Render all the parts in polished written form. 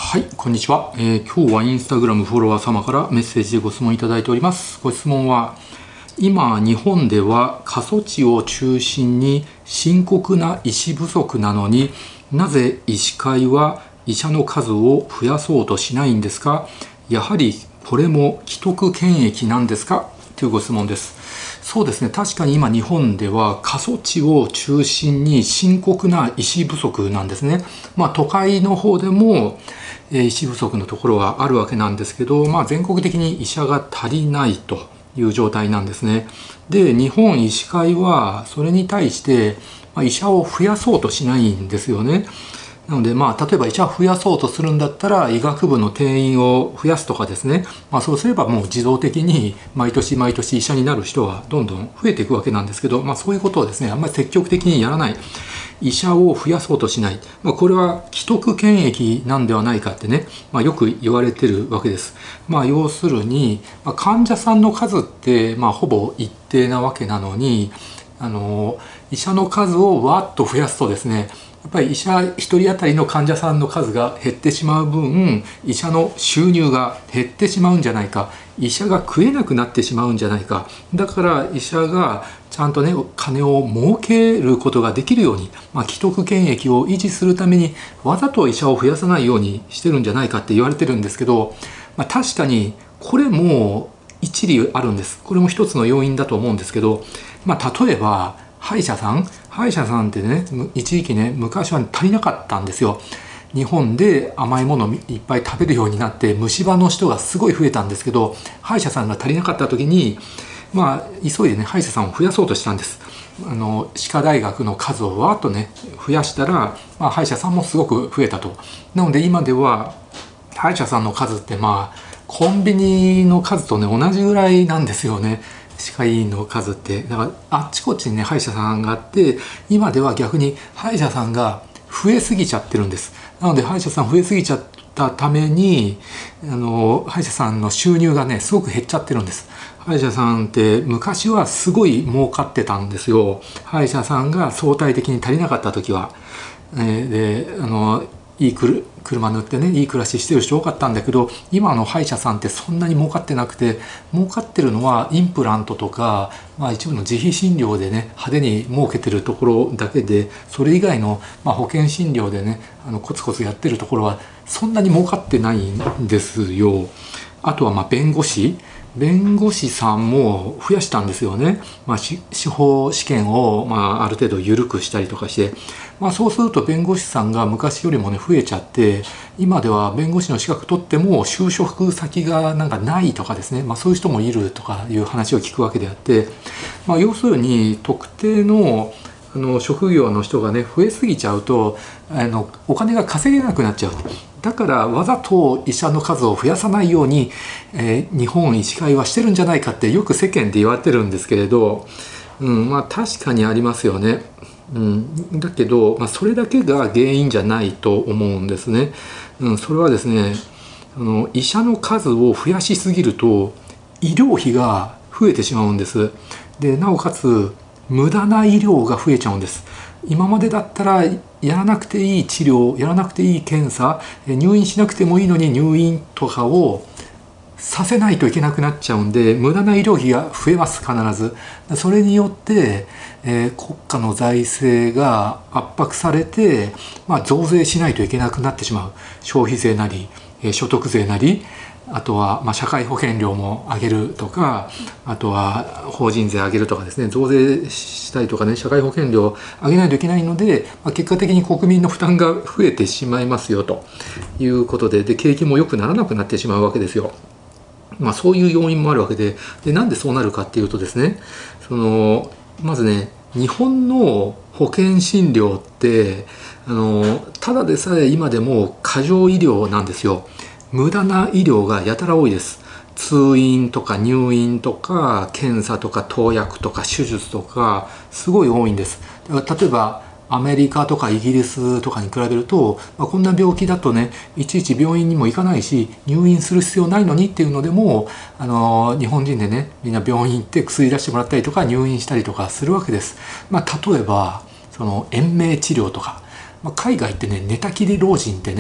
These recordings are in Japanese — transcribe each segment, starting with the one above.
はい、こんにちは。今日はインスタグラムフォロワー様からメッセージでご質問いただいております。ご質問は、今日本では過疎地を中心に深刻な医師不足なのになぜ医師会は医者の数を増やそうとしないんですか？やはりこれも既得権益なんですか？というご質問です。そうですね、確かに今日本では過疎地を中心に深刻な医師不足なんですね。都会の方でも医師不足のところはあるわけなんですけど、全国的に医者が足りないという状態なんですね。で、日本医師会はそれに対して医者を増やそうとしないんですよね。なので、例えば医者を増やそうとするんだったら医学部の定員を増やすとかですね、そうすればもう自動的に毎年毎年医者になる人はどんどん増えていくわけなんですけど、そういうことをですね、あんまり積極的にやらない。医者を増やそうとしない。これは既得権益なんではないかってね、よく言われてるわけです。要するに、患者さんの数って、ほぼ一定なわけなのに、医者の数をわっと増やすとですね、やっぱり医者1人当たりの患者さんの数が減ってしまう分、医者の収入が減ってしまうんじゃないか、医者が食えなくなってしまうんじゃないか。だから医者がちゃんとね、金を儲けることができるように、既得権益を維持するためにわざと医者を増やさないようにしてるんじゃないかって言われてるんですけど、確かにこれも一理あるんです。これも一つの要因だと思うんですけど、例えば歯医者さんってね、一時期ね、昔は足りなかったんですよ。日本で甘いものをいっぱい食べるようになって虫歯の人がすごい増えたんですけど、歯医者さんが足りなかった時に急いでね、歯医者さんを増やそうとしたんです。歯科大学の数をわーっとね増やしたら、歯医者さんもすごく増えたと。なので今では歯医者さんの数ってコンビニの数とね同じぐらいなんですよね。歯科医院の数って。だからあっちこっちにね歯医者さんがあって、今では逆に歯医者さんが増えすぎちゃってるんです。なので歯医者さん増えすぎちゃったために歯医者さんの収入がねすごく減っちゃってるんです。歯医者さんって昔はすごい儲かってたんですよ。歯医者さんが相対的に足りなかった時は。でいい車塗ってね、いい暮らししてる人多かったんだけど、今の歯医者さんってそんなに儲かってなくて、儲かってるのはインプラントとか、一部の自費診療でね派手に儲けてるところだけで、それ以外の、保険診療でねコツコツやってるところはそんなに儲かってないんですよ。あとは弁護士さんも増やしたんですよね。司法試験をある程度緩くしたりとかして、そうすると弁護士さんが昔よりもね増えちゃって、今では弁護士の資格取っても就職先がないとかですね、そういう人もいるとかいう話を聞くわけであって、要するに特定の職業の人がね増えすぎちゃうとお金が稼げなくなっちゃう。だからわざと医者の数を増やさないように、日本医師会はしてるんじゃないかってよく世間で言われてるんですけれど、確かにありますよね。だけど、それだけが原因じゃないと思うんですね。それはですね、医者の数を増やしすぎると医療費が増えてしまうんです。でなおかつ無駄な医療が増えちゃうんです。今までだったらやらなくていい治療、やらなくていい検査、入院しなくてもいいのに入院とかをさせないといけなくなっちゃうんで、無駄な医療費が増えます。必ず。それによって、国家の財政が圧迫されて、増税しないといけなくなってしまう。消費税なり、所得税なり、あとは社会保険料も上げるとか、あとは法人税上げるとかですね、増税したりとかね、社会保険料上げないといけないので、結果的に国民の負担が増えてしまいますよということで、景気も良くならなくなってしまうわけですよ。そういう要因もあるわけで、なんでそうなるかっていうとですね、まずね、日本の保険診療ってただでさえ今でも過剰医療なんですよ。無駄な医療がやたら多いです。通院とか入院とか検査とか投薬とか手術とかすごい多いんです。だから例えばアメリカとかイギリスとかに比べると、こんな病気だとねいちいち病院にも行かないし入院する必要ないのにっていうのでも日本人でねみんな病院行って薬出してもらったりとか入院したりとかするわけです。例えば延命治療とか、海外ってね寝たきり老人ってね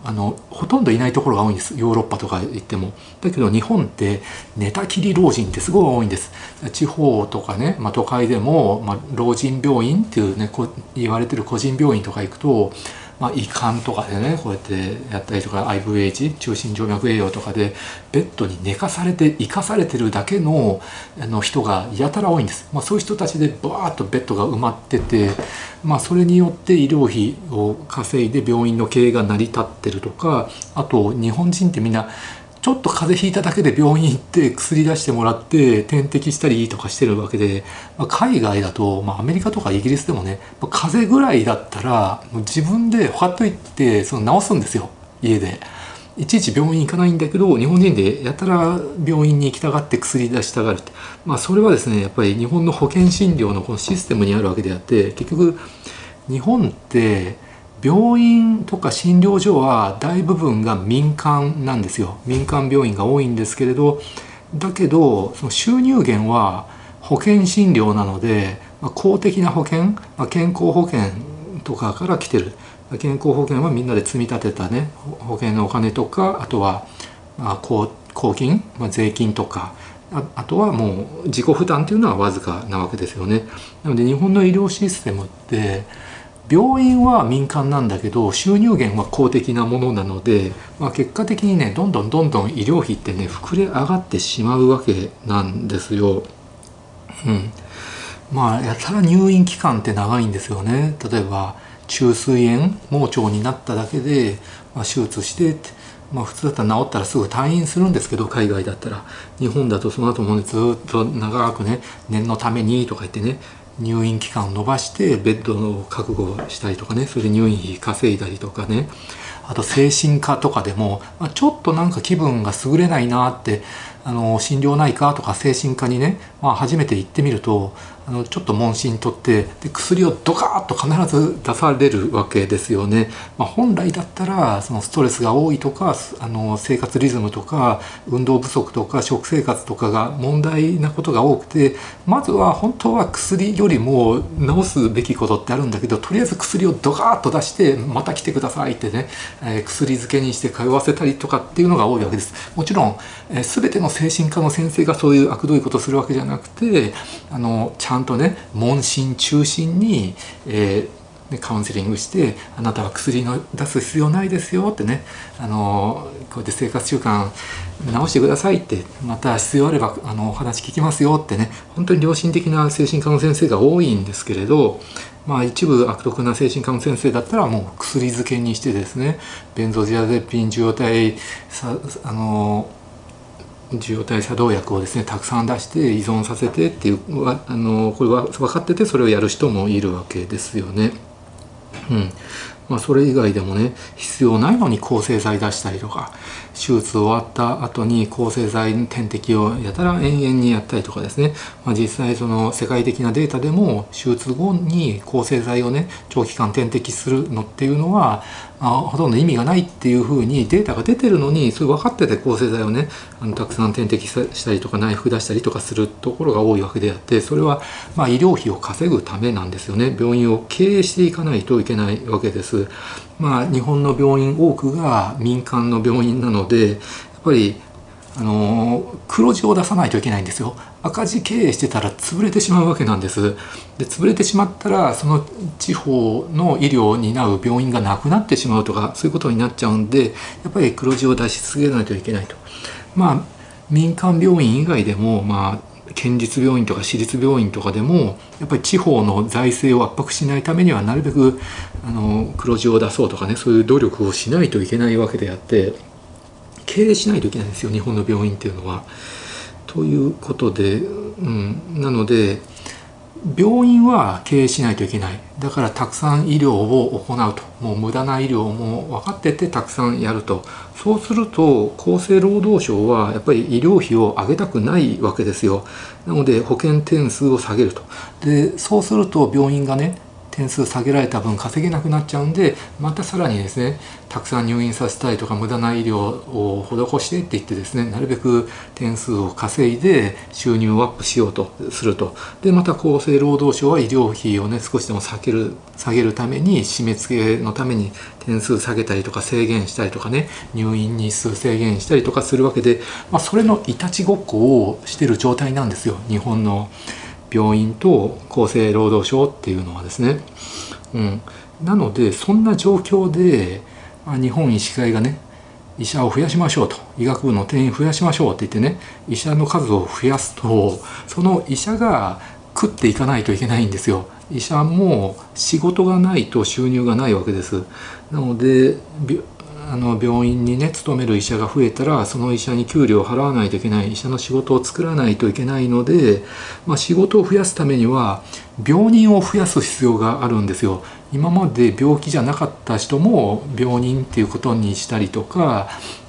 ほとんどいないところが多いんです。ヨーロッパとか行っても。だけど日本って寝たきり老人ってすごい多いんです。地方とかね、都会でも、老人病院っていうね言われてる個人病院とか行くと、胃管とかでねこうやってやったりとか IVH 中心静脈栄養とかでベッドに寝かされて生かされてるだけの人がやたら多いんです。そういう人たちでバーッとベッドが埋まってて、それによって医療費を稼いで病院の経営が成り立ってるとか、あと日本人ってみんなちょっと風邪ひいただけで病院行って薬出してもらって点滴したりとかしてるわけで、海外だと、アメリカとかイギリスでもね、風邪ぐらいだったらもう自分でほっといて治すんですよ、家で。いちいち病院行かないんだけど、日本人でやたら病院に行きたがって薬出したがるって、それはですねやっぱり日本の保険診療のこのシステムにあるわけであって、結局日本って病院とか診療所は大部分が民間なんですよ。民間病院が多いんですけれど、だけどその収入源は保険診療なので、公的な保険、健康保険とかから来てる。健康保険はみんなで積み立てたね保険のお金とか、あとは公金、税金とか、あとはもう自己負担っていうのはわずかなわけですよね。なので日本の医療システムって病院は民間なんだけど収入源は公的なものなので、結果的にねどんどん医療費ってね膨れ上がってしまうわけなんですよ。やたら入院期間って長いんですよね。例えば虫垂炎盲腸になっただけで、手術してって、普通だったら治ったらすぐ退院するんですけど、海外だったら。日本だとその後もねずっと長くね念のためにとか言ってね入院期間を延ばしてベッドの覚悟をしたりとかね、それで入院費稼いだりとかね、あと精神科とかでも、ちょっとなんか気分が優れないなって心療内科とか精神科にね、初めて行ってみるとちょっと問診取ってで薬をドカーッと必ず出されるわけですよね。本来だったらそのストレスが多いとか生活リズムとか運動不足とか食生活とかが問題なことが多くて、まずは本当は薬よりも治すべきことってあるんだけど、とりあえず薬をドカーッと出してまた来てくださいってね、薬漬けにして通わせたりとかっていうのが多いわけです。もちろん全ての精神科の先生がそういう悪どいことをするわけじゃなくて、ちゃんとね問診中心に、カウンセリングして、あなたは薬の出す必要ないですよってね、こうやって生活習慣直してくださいって、また必要あればお話聞きますよってね、本当に良心的な精神科の先生が多いんですけれど、一部悪徳な精神科の先生だったらもう薬漬けにしてですね、ベンゾジアゼピン受容体受容体作動薬をですねたくさん出して依存させてっていうこれは分かっててそれをやる人もいるわけですよね。それ以外でもね必要ないのに抗生剤出したりとか、手術終わった後に抗生剤の点滴をやたら延々にやったりとかですね、実際その世界的なデータでも手術後に抗生剤をね長期間点滴するのっていうのはほとんど意味がないっていうふうにデータが出てるのに、それ分かってて抗生剤をねたくさん点滴したりとか内服出したりとかするところが多いわけであって、それは医療費を稼ぐためなんですよね。病院を経営していかないといけないわけです。日本の病院多くが民間の病院なので、やっぱり黒字を出さないといけないんですよ。赤字経営してたら潰れてしまうわけなんです。で潰れてしまったらその地方の医療を担う病院がなくなってしまうとか、そういうことになっちゃうんで、やっぱり黒字を出し続けないといけないと。民間病院以外でも県立病院とか私立病院とかでもやっぱり地方の財政を圧迫しないためにはなるべく黒字を出そうとかね、そういう努力をしないといけないわけであって、経営しないといけないんですよ、日本の病院っていうのは。ということで、なので病院は経営しないといけない。だからたくさん医療を行うと、もう無駄な医療も分かっててたくさんやると。そうすると厚生労働省はやっぱり医療費を上げたくないわけですよ。なので保険点数を下げると。でそうすると病院がね点数下げられた分稼げなくなっちゃうんで、またさらにですねたくさん入院させたりとか無駄な医療を施してって言ってですね、なるべく点数を稼いで収入をアップしようとすると。でまた厚生労働省は医療費をね少しでも下げるために、締め付けのために点数下げたりとか制限したりとかね、入院日数制限したりとかするわけで、それのいたちごっこをしてる状態なんですよ、日本の病院と厚生労働省っていうのはですね。なのでそんな状況で、日本医師会がね医者を増やしましょうと、医学部の定員増やしましょうって言ってね、医者の数を増やすと、その医者が食っていかないといけないんですよ。医者も仕事がないと収入がないわけです。なので病院にね勤める医者が増えたら、その医者に給料を払わないといけない、医者の仕事を作らないといけないので、仕事を増やすためには病人を増やす必要があるんですよ。今まで病気じゃなかった人も病人っていうことにしたりとか、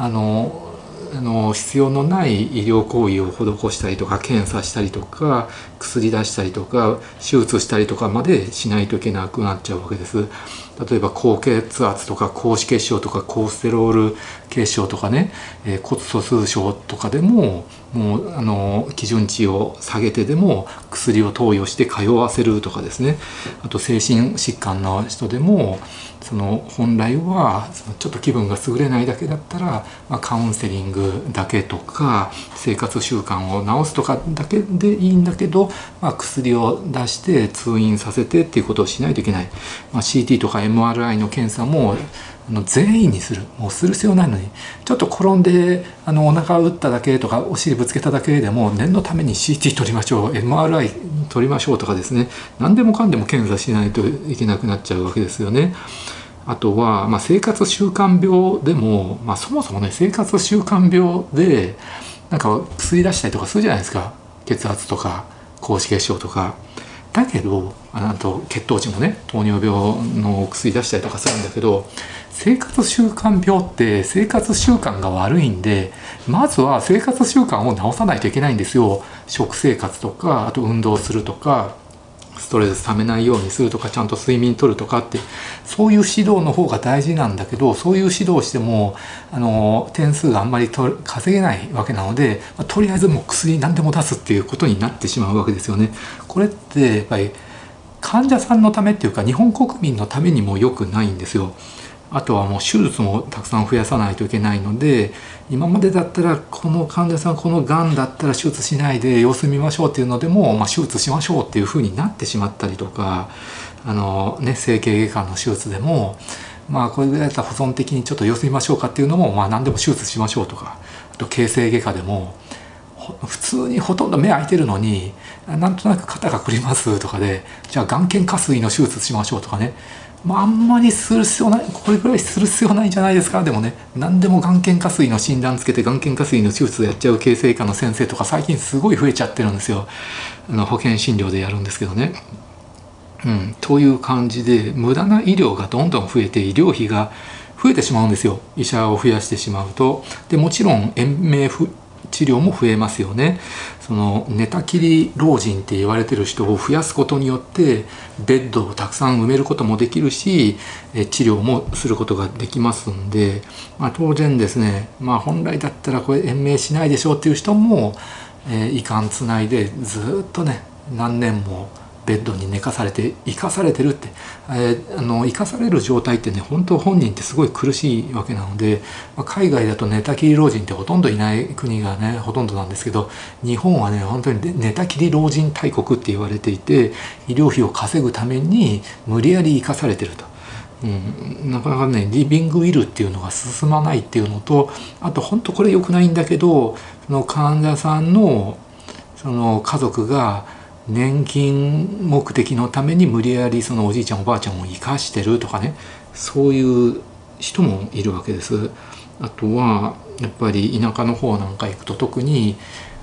必要のない医療行為を施したりとか、検査したりとか、薬出したりとか、手術したりとかまでしないといけなくなっちゃうわけです。例えば高血圧とか高脂血症とかコレステロール血症とかね、骨粗しょう症とかでも基準値を下げてでも薬を投与して通わせるとかですね。あと精神疾患の人でも本来はちょっと気分が優れないだけだったら、カウンセリングだけとか生活習慣を治すとかだけでいいんだけど、薬を出して通院させてっていうことをしないといけない。CT とか MRI の検査も全員にする、もうする必要ないのに、ちょっと転んでお腹を打っただけとかお尻ぶつけただけでも念のために CT 取りましょう、 MRI 取りましょうとかですね、何でもかんでも検査しないといけなくなっちゃうわけですよね。あとは、生活習慣病でも、そもそもね生活習慣病でなんか薬出したりとかするじゃないですか、血圧とか高脂血症とか。だけどあと血糖値もね糖尿病の薬出したりとかするんだけど、生活習慣病って生活習慣が悪いんで、まずは生活習慣を直さないといけないんですよ。食生活とか、あと運動するとか、ストレスためないようにするとか、ちゃんと睡眠とるとかって、そういう指導の方が大事なんだけど、そういう指導をしても点数があんまり稼げないわけなので、とりあえずもう薬何でも出すっていうことになってしまうわけですよね。これってやっぱり患者さんのためっていうか日本国民のためにも良くないんですよ。あとはもう手術もたくさん増やさないといけないので、今までだったらこの患者さんこのがんだったら手術しないで様子見ましょうっていうのでも、手術しましょうっていうふうになってしまったりとか、整形外科の手術でもこれぐらいだったら保存的にちょっと様子見ましょうかっていうのも、何でも手術しましょうとか、あと形成外科でも普通にほとんど目開いてるのになんとなく肩がくりますとかで、じゃあ眼瞼下垂の手術しましょうとかね、あんまりする必要ない、これぐらいする必要ないんじゃないですか。でもね、何でも眼瞼下垂の診断つけて眼瞼下垂の手術をやっちゃう形成科の先生とか最近すごい増えちゃってるんですよ。保険診療でやるんですけどね。という感じで無駄な医療がどんどん増えて医療費が増えてしまうんですよ、医者を増やしてしまうと。でもちろん延命治療も増えますよね。寝たきり老人って言われてる人を増やすことによってベッドをたくさん埋めることもできるし、治療もすることができますんで、当然ですね、本来だったらこれ延命しないでしょうっていう人も、胃管つないでずっとね何年もベッドに寝かされて生かされてるって、生かされる状態ってね本当本人ってすごい苦しいわけなので、海外だと寝たきり老人ってほとんどいない国がねほとんどなんですけど、日本はね本当に寝たきり老人大国って言われていて、医療費を稼ぐために無理やり生かされてると。なかなかねリビングウィルっていうのが進まないっていうのと、あと本当これ良くないんだけど、その患者さんのその家族が年金目的のために無理やりそのおじいちゃんおばあちゃんを生かしてるとかね、そういう人もいるわけです。あとはやっぱり田舎の方なんか行くと特に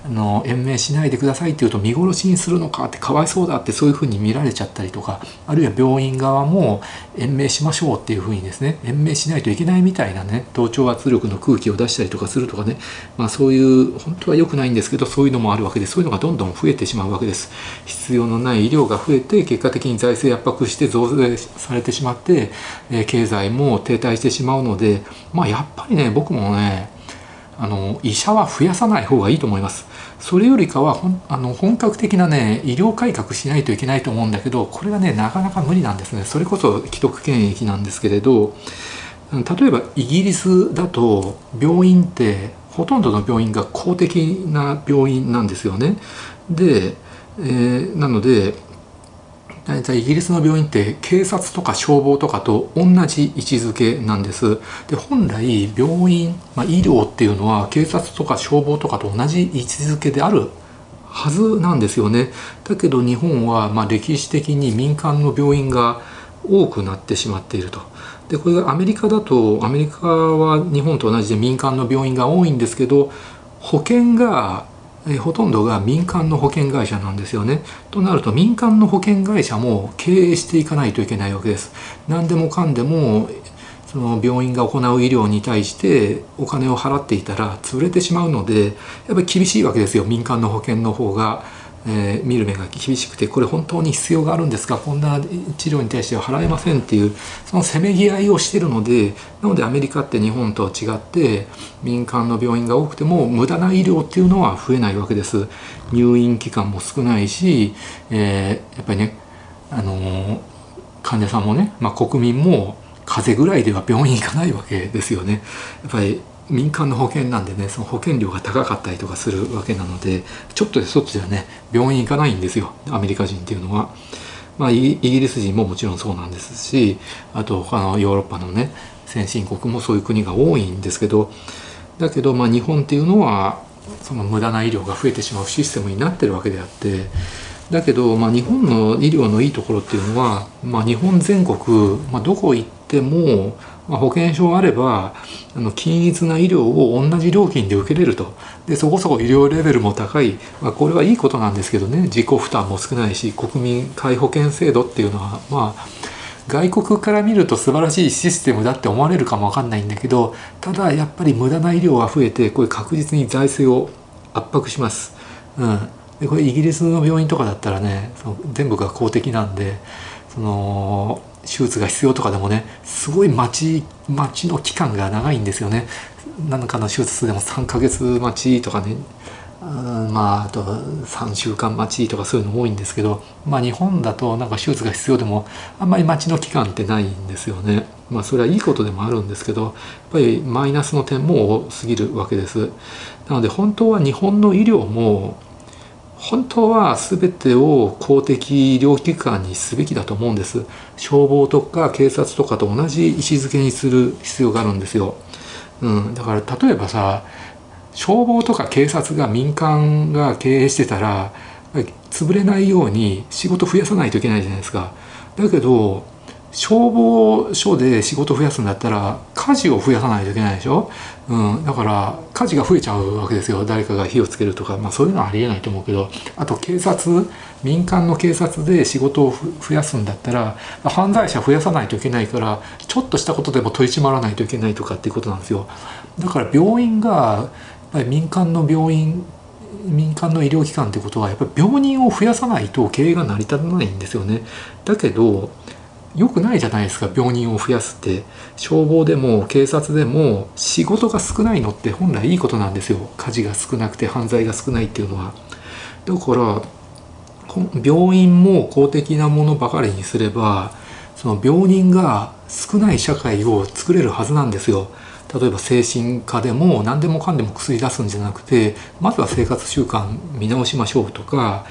延命しないでくださいって言うと見殺しにするのかってかわいそうだってそういうふうに見られちゃったりとか、あるいは病院側も延命しましょうっていうふうにですね、延命しないといけないみたいなね、同調圧力の空気を出したりとかするとかね、そういう本当は良くないんですけど、そういうのもあるわけで、そういうのがどんどん増えてしまうわけです。必要のない医療が増えて、結果的に財政圧迫して増税されてしまって、経済も停滞してしまうので、やっぱりね、僕もね、医者は増やさない方がいいと思います。それよりかは本格的なね医療改革しないといけないと思うんだけど、これがねなかなか無理なんですね。それこそ既得権益なんですけれど、例えばイギリスだと病院ってほとんどの病院が公的な病院なんですよね。で、なので大体イギリスの病院って警察とか消防とかと同じ位置づけなんです。で本来病院、医療っていうのは警察とか消防とかと同じ位置づけであるはずなんですよね。だけど日本は歴史的に民間の病院が多くなってしまっていると。でこれがアメリカだと、アメリカは日本と同じで民間の病院が多いんですけど、保険がほとんどが民間の保険会社なんですよね。となると民間の保険会社も経営していかないといけないわけです。何でもかんでもその病院が行う医療に対してお金を払っていたら潰れてしまうので、やっぱり厳しいわけですよ。民間の保険の方が、見る目が厳しくて、これ本当に必要があるんですか、こんな治療に対しては払えませんっていう、そのせめぎ合いをしているので、なのでアメリカって日本と違って民間の病院が多くても無駄な医療っていうのは増えないわけです。入院期間も少ないし、やっぱりね、患者さんもね、国民も風邪ぐらいでは病院行かないわけですよね。やっぱり民間の保険なんでね、その保険料が高かったりとかするわけなので、ちょっとでそっちではね病院行かないんですよ、アメリカ人っていうのは。イギリス人ももちろんそうなんですし、あと他のヨーロッパのね先進国もそういう国が多いんですけど、だけど日本っていうのはその無駄な医療が増えてしまうシステムになってるわけであって、だけど、日本の医療のいいところっていうのは、日本全国、どこ行っても、保険証あれば均一な医療を同じ料金で受けれると。でそこそこ医療レベルも高い、これはいいことなんですけどね、自己負担も少ないし、国民皆保険制度っていうのは外国から見ると素晴らしいシステムだって思われるかもわかんないんだけど、ただやっぱり無駄な医療が増えて、これ確実に財政を圧迫します。でこれイギリスの病院とかだったらね、全部が公的なんで、手術が必要とかでもね、すごい待ちの期間が長いんですよね。何かの手術でも3ヶ月待ちとかね、あと3週間待ちとかそういうの多いんですけど、日本だとなんか手術が必要でもあんまり待ちの期間ってないんですよね。それはいいことでもあるんですけど、やっぱりマイナスの点も多すぎるわけです。なので本当は日本の医療も本当は全てを公的医療機関にすべきだと思うんです。消防とか警察とかと同じ位置づけにする必要があるんですよ。だから例えばさ、消防とか警察が民間が経営してたら潰れないように仕事増やさないといけないじゃないですか。だけど消防署で仕事増やすんだったら火事を増やさないといけないでしょ。だから火事が増えちゃうわけですよ。誰かが火をつけるとか、そういうのはありえないと思うけど、あと民間の警察で仕事を増やすんだったら犯罪者増やさないといけないから、ちょっとしたことでも取り締まらないといけないとかっていうことなんですよ。だから病院がやっぱり民間の医療機関ってことは、やっぱり病人を増やさないと経営が成り立たないんですよね。だけど良くないじゃないですか、病人を増やすって。消防でも警察でも仕事が少ないのって本来いいことなんですよ。火事が少なくて犯罪が少ないっていうのは。だから病院も公的なものばかりにすれば、その病人が少ない社会を作れるはずなんですよ。例えば精神科でも何でもかんでも薬出すんじゃなくて、まずは生活習慣見直しましょうとか、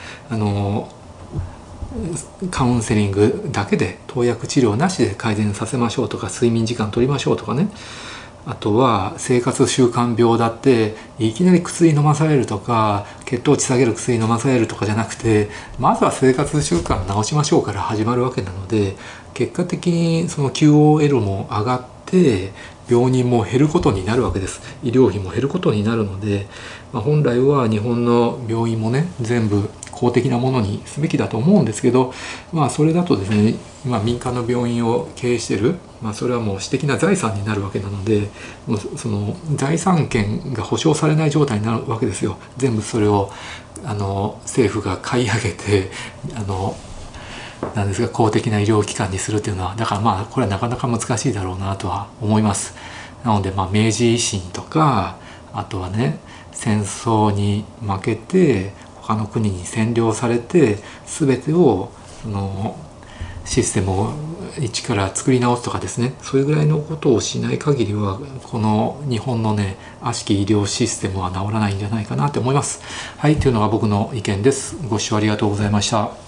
カウンセリングだけで投薬治療なしで改善させましょうとか、睡眠時間取りましょうとかね。あとは生活習慣病だっていきなり薬飲まされるとか血糖値下げる薬飲まされるとかじゃなくて、まずは生活習慣直しましょうから始まるわけなので、結果的にその QOL も上がって、 病人も減ることになるわけです。医療費も減ることになるので、本来は日本の病院もね全部公的なものにすべきだと思うんですけど、それだとですね、民間の病院を経営している、それはもう私的な財産になるわけなので、もうその財産権が保障されない状態になるわけですよ。全部それを政府が買い上げてなんですが公的な医療機関にするというのは、だからこれはなかなか難しいだろうなとは思います。なので明治維新とか、あとはね戦争に負けて他の国に占領されて全てをそのシステムを一から作り直すとかですね、そういうぐらいのことをしない限りはこの日本のね悪しき医療システムは治らないんじゃないかなと思います。はい、というのが僕の意見です。ご視聴ありがとうございました。